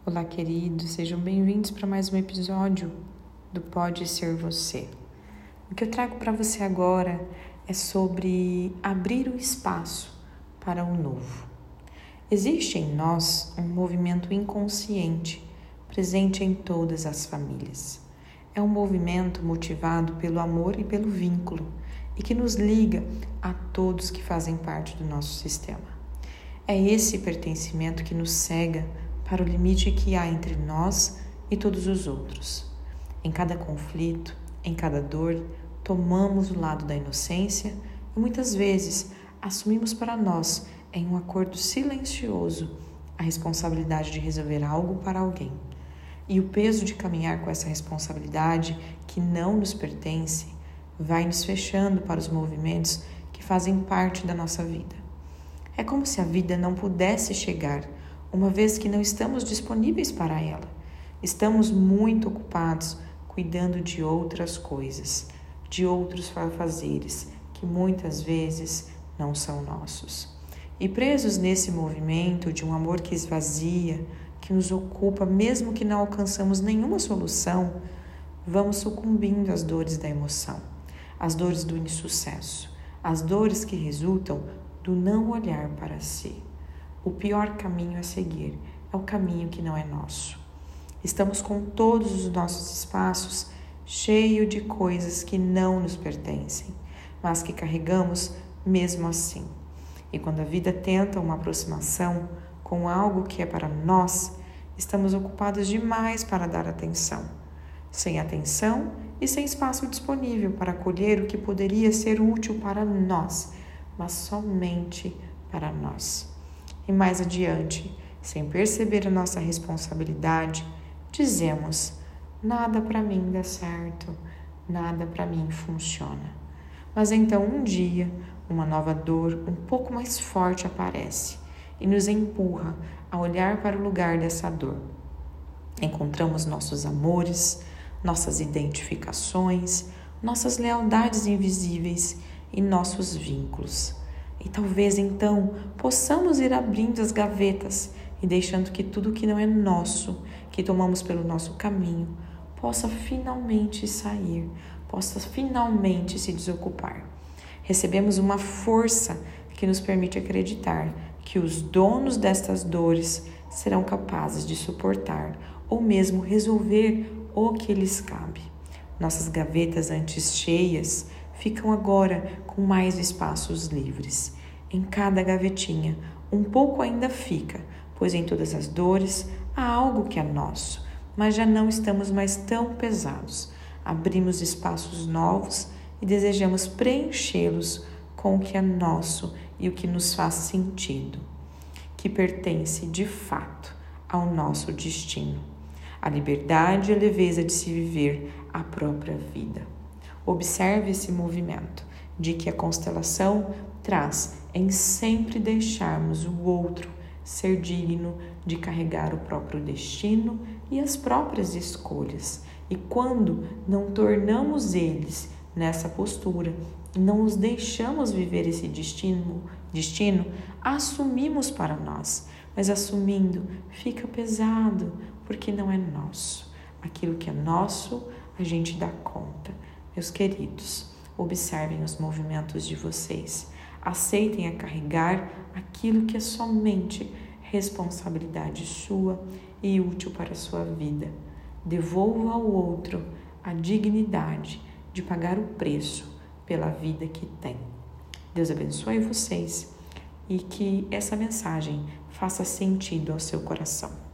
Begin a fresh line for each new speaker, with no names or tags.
Olá, queridos, sejam bem-vindos para mais um episódio do Pode Ser Você. O que eu trago para você agora é sobre abrir o espaço para o novo. Existe em nós um movimento inconsciente presente em todas as famílias. É um movimento motivado pelo amor e pelo vínculo e que nos liga a todos que fazem parte do nosso sistema. É esse pertencimento que nos cega para o limite que há entre nós e todos os outros. Em cada conflito, em cada dor, tomamos o lado da inocência e muitas vezes assumimos para nós, em um acordo silencioso, a responsabilidade de resolver algo para alguém. E o peso de caminhar com essa responsabilidade que não nos pertence vai nos fechando para os movimentos que fazem parte da nossa vida. É como se a vida não pudesse chegar, uma vez que não estamos disponíveis para ela. Estamos muito ocupados cuidando de outras coisas, de outros fazeres, que muitas vezes não são nossos. E presos nesse movimento de um amor que esvazia, que nos ocupa, mesmo que não alcançamos nenhuma solução, vamos sucumbindo às dores da emoção, às dores do insucesso, às dores que resultam do não olhar para si. O pior caminho a seguir é o caminho que não é nosso. Estamos com todos os nossos espaços cheios de coisas que não nos pertencem, mas que carregamos mesmo assim. E quando a vida tenta uma aproximação com algo que é para nós, estamos ocupados demais para dar atenção. Sem atenção e sem espaço disponível para acolher o que poderia ser útil para nós, mas somente para nós. E mais adiante, sem perceber a nossa responsabilidade, dizemos: nada para mim dá certo, nada para mim funciona. Mas então um dia, uma nova dor um pouco mais forte aparece e nos empurra a olhar para o lugar dessa dor. Encontramos nossos amores, nossas identificações, nossas lealdades invisíveis e nossos vínculos. E talvez então possamos ir abrindo as gavetas e deixando que tudo que não é nosso, que tomamos pelo nosso caminho, possa finalmente sair, possa finalmente se desocupar. Recebemos uma força que nos permite acreditar que os donos destas dores serão capazes de suportar ou mesmo resolver o que lhes cabe. Nossas gavetas antes cheias ficam agora com mais espaços livres. Em cada gavetinha, um pouco ainda fica, pois em todas as dores há algo que é nosso, mas já não estamos mais tão pesados. Abrimos espaços novos e desejamos preenchê-los com o que é nosso e o que nos faz sentido, que pertence de fato ao nosso destino, a liberdade e a leveza de se viver a própria vida. Observe esse movimento de que a constelação traz em sempre deixarmos o outro ser digno de carregar o próprio destino e as próprias escolhas. E quando não tornamos eles nessa postura, não os deixamos viver esse destino, assumimos para nós. Mas assumindo fica pesado, porque não é nosso. Aquilo que é nosso, a gente dá conta. Meus queridos, observem os movimentos de vocês. Aceitem a carregar aquilo que é somente responsabilidade sua e útil para a sua vida. Devolva ao outro a dignidade de pagar o preço pela vida que tem. Deus abençoe vocês e que essa mensagem faça sentido ao seu coração.